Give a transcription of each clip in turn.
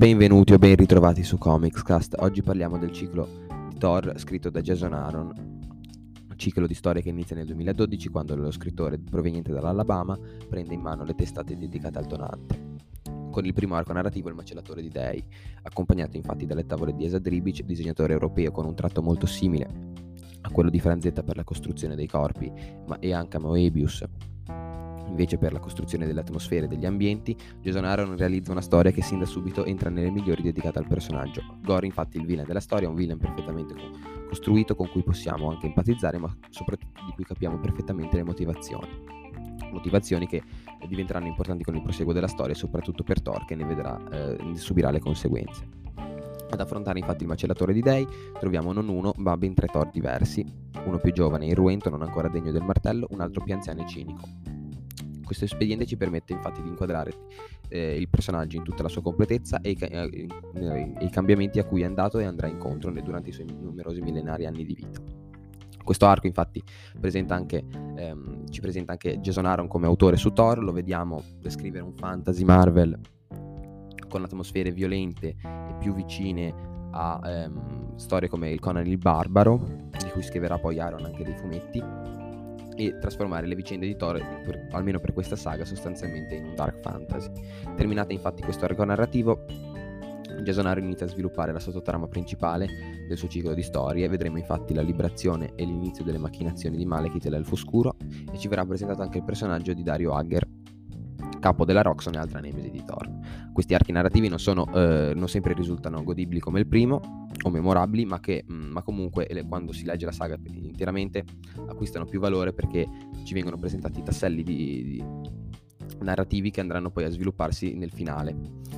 Benvenuti o ben ritrovati su Comicscast. Oggi parliamo del ciclo di Thor scritto da Jason Aaron, un ciclo di storie che inizia nel 2012 quando lo scrittore proveniente dall'Alabama prende in mano le testate dedicate al tonante. Con il primo arco narrativo Il macellatore di dei, accompagnato infatti dalle tavole di Esad Ribic, disegnatore europeo con un tratto molto simile a quello di Franzetta per la costruzione dei corpi, e anche a Moebius invece per la costruzione delle atmosfere e degli ambienti. Jason Aaron realizza una storia che sin da subito entra nelle migliori dedicate al personaggio. Gore, infatti, il villain della storia, è un villain perfettamente costruito con cui possiamo anche empatizzare, ma soprattutto di cui capiamo perfettamente le motivazioni che diventeranno importanti con il proseguo della storia, soprattutto per Thor, che ne subirà le conseguenze. Ad affrontare infatti il macellatore di dei troviamo non uno ma ben 3 Thor diversi, uno più giovane e irruento, non ancora degno del martello, un altro più anziano e cinico. Questo espediente ci permette infatti di inquadrare il personaggio in tutta la sua completezza e i cambiamenti a cui è andato e andrà incontro durante i suoi numerosi millenari anni di vita. Questo arco infatti ci presenta anche Jason Aaron come autore su Thor. Lo vediamo descrivere un fantasy Marvel con atmosfere violente e più vicine a storie come il Conan il Barbaro, di cui scriverà poi Aaron anche dei fumetti, e trasformare le vicende di Thor, almeno per questa saga, sostanzialmente in un dark fantasy. Terminata infatti questo arco narrativo, Jason Aaron inizia a sviluppare la sottotrama principale del suo ciclo di storie. Vedremo infatti la liberazione e l'inizio delle macchinazioni di Malekith e l'Elfo Oscuro, e ci verrà presentato anche il personaggio di Dario Agger, capo della Roxxon e altra nemesi di Thor. Questi archi narrativi non sempre risultano godibili come il primo o memorabili, ma comunque quando si legge la saga interamente acquistano più valore, perché ci vengono presentati i tasselli di narrativi che andranno poi a svilupparsi nel finale.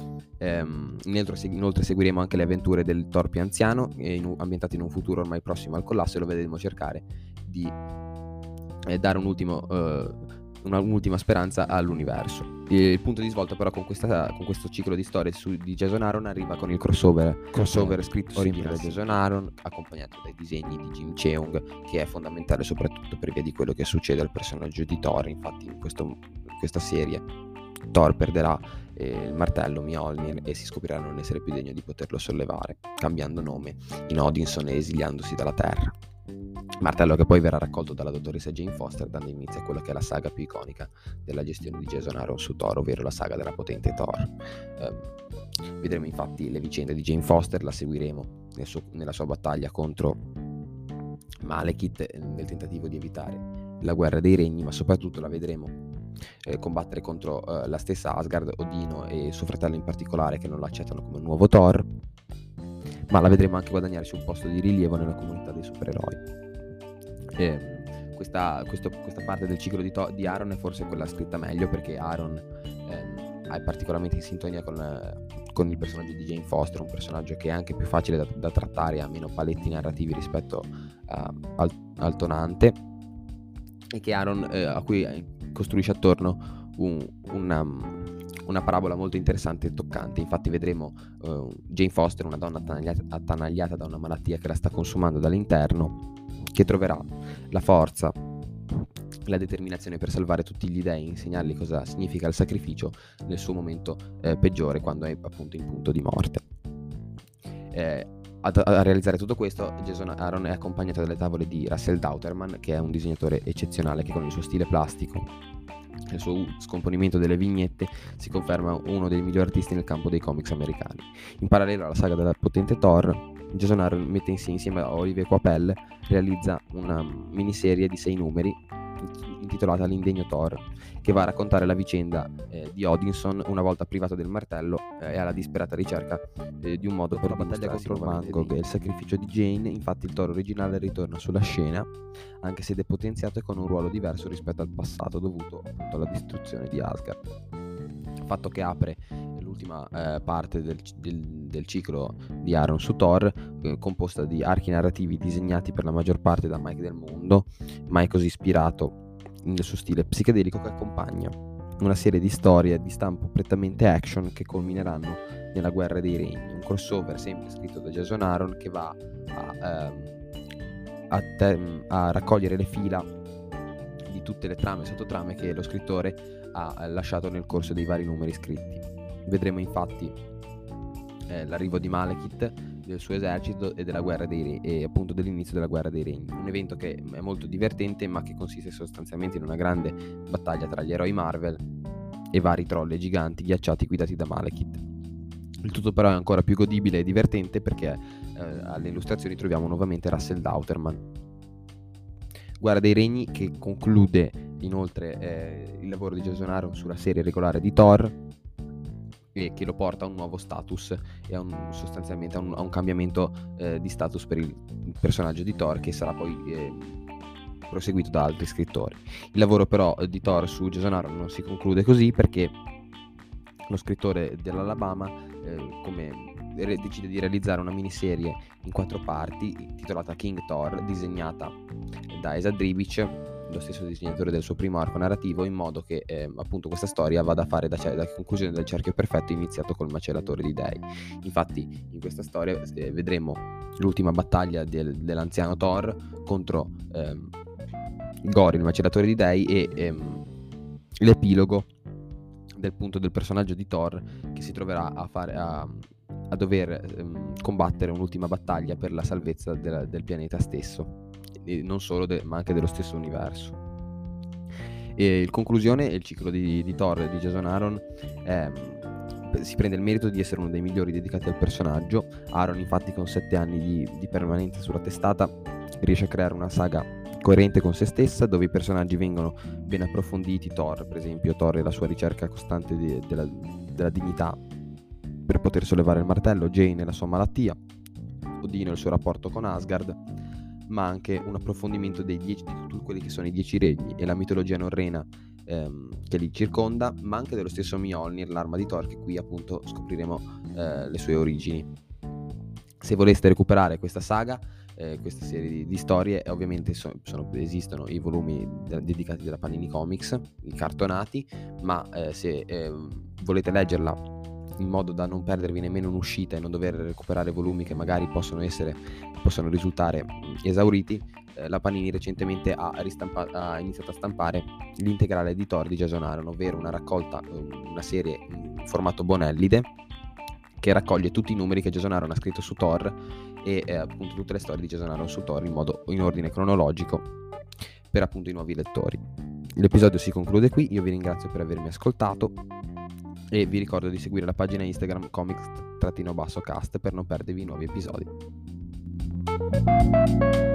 Inoltre seguiremo anche le avventure del Thor più anziano, ambientate in un futuro ormai prossimo al collasso, e lo vedremo cercare di dare un'ultima speranza all'universo. Il punto di svolta però con questo ciclo di storie di Jason Aaron arriva con il crossover scritto da Jason Aaron, accompagnato dai disegni di Jim Cheung, che è fondamentale soprattutto per via di quello che succede al personaggio di Thor. Infatti in questa serie Thor perderà il martello Mjolnir e si scoprirà non essere più degno di poterlo sollevare, cambiando nome in Odinson e esiliandosi dalla Terra. Martello che poi verrà raccolto dalla dottoressa Jane Foster, dando inizio a quella che è la saga più iconica della gestione di Jason Aaron su Thor, ovvero la saga della potente Thor. Vedremo infatti le vicende di Jane Foster, la seguiremo nella sua battaglia contro Malekith nel tentativo di evitare la guerra dei regni, ma soprattutto la vedremo combattere contro la stessa Asgard, Odino e suo fratello in particolare, che non lo accettano come nuovo Thor, ma la vedremo anche guadagnarsi un posto di rilievo nella comunità dei supereroi. Questa parte del ciclo di Aaron è forse quella scritta meglio, perché Aaron è particolarmente in sintonia con il personaggio di Jane Foster, un personaggio che è anche più facile da trattare e ha meno paletti narrativi rispetto al tonante, e che Aaron a cui costruisce attorno una parabola molto interessante e toccante. Infatti vedremo Jane Foster, una donna attanagliata da una malattia che la sta consumando dall'interno, che troverà la forza, la determinazione per salvare tutti gli dei e insegnargli cosa significa il sacrificio nel suo momento peggiore, quando è appunto in punto di morte. A realizzare tutto questo, Jason Aaron è accompagnato dalle tavole di Russell Dauterman, che è un disegnatore eccezionale, che con il suo stile plastico e il suo scomponimento delle vignette si conferma uno dei migliori artisti nel campo dei comics americani. In parallelo alla saga della potente Thor, Jason Aaron mette insieme a Olivier Coipel, realizza una miniserie di 6 numeri intitolata L'indegno Thor, che va a raccontare la vicenda di Odinson, una volta privato del martello, e alla disperata ricerca di un modo per la battaglia contro Mangog e il sacrificio di Jane. Infatti il Thor originale ritorna sulla scena, anche se depotenziato e con un ruolo diverso rispetto al passato, dovuto appunto alla distruzione di Asgard, fatto che apre l'ultima parte del ciclo di Aaron su Thor, composta di archi narrativi disegnati per la maggior parte da Mike Del Mondo, mai così ispirato nel suo stile psichedelico, che accompagna una serie di storie di stampo prettamente action che culmineranno nella Guerra dei Regni, un crossover sempre scritto da Jason Aaron, che va a raccogliere le fila di tutte le trame e sottotrame che lo scrittore ha lasciato nel corso dei vari numeri scritti. Vedremo infatti l'arrivo di Malekith, del suo esercito e della guerra e appunto dell'inizio della guerra dei regni. Un evento che è molto divertente, ma che consiste sostanzialmente in una grande battaglia tra gli eroi Marvel e vari troll e giganti ghiacciati guidati da Malekith. Il tutto però è ancora più godibile e divertente perché alle illustrazioni troviamo nuovamente Russell Dauterman. Guerra dei Regni, che conclude inoltre il lavoro di Jason sulla serie regolare di Thor e che lo porta a un nuovo status e sostanzialmente a un cambiamento di status per il personaggio di Thor, che sarà poi proseguito da altri scrittori. Il lavoro però di Thor su Jason Aaron non si conclude così, perché lo scrittore dell'Alabama decide di realizzare una miniserie in 4 parti intitolata King Thor, disegnata da Esad Ribic, lo stesso disegnatore del suo primo arco narrativo, in modo che appunto questa storia vada a fare da conclusione del cerchio perfetto iniziato col macellatore di dei. Infatti in questa storia vedremo l'ultima battaglia dell'anziano Thor contro Gorr, il macellatore di dei, e l'epilogo del personaggio di Thor, che si troverà a dover combattere un'ultima battaglia per la salvezza del pianeta stesso, e non solo ma anche dello stesso universo. E in conclusione, il ciclo di Thor di Jason Aaron si prende il merito di essere uno dei migliori dedicati al personaggio. Aaron, infatti, con 7 anni di permanenza sulla testata, riesce a creare una saga coerente con se stessa, dove i personaggi vengono ben approfonditi. Thor, per esempio, Thor e la sua ricerca costante della dignità per poter sollevare il martello, Jane e la sua malattia, Odino e il suo rapporto con Asgard, ma anche un approfondimento di tutti quelli che sono i 10 regni e la mitologia norrena che li circonda, ma anche dello stesso Mjolnir, l'arma di Thor, che qui appunto scopriremo le sue origini. Se voleste recuperare questa saga, questa serie di storie, ovviamente esistono i volumi dedicati dalla Panini Comics, i cartonati, ma se volete leggerla in modo da non perdervi nemmeno un'uscita e non dover recuperare volumi che magari possono risultare esauriti, la Panini recentemente ha iniziato a stampare l'integrale di Thor di Jason Aaron, ovvero una serie in formato Bonellide, che raccoglie tutti i numeri che Jason Aaron ha scritto su Thor e appunto tutte le storie di Jason Aaron su Thor in ordine cronologico per appunto i nuovi lettori. L'episodio si conclude qui, io vi ringrazio per avermi ascoltato e vi ricordo di seguire la pagina Instagram comics_cast per non perdervi i nuovi episodi.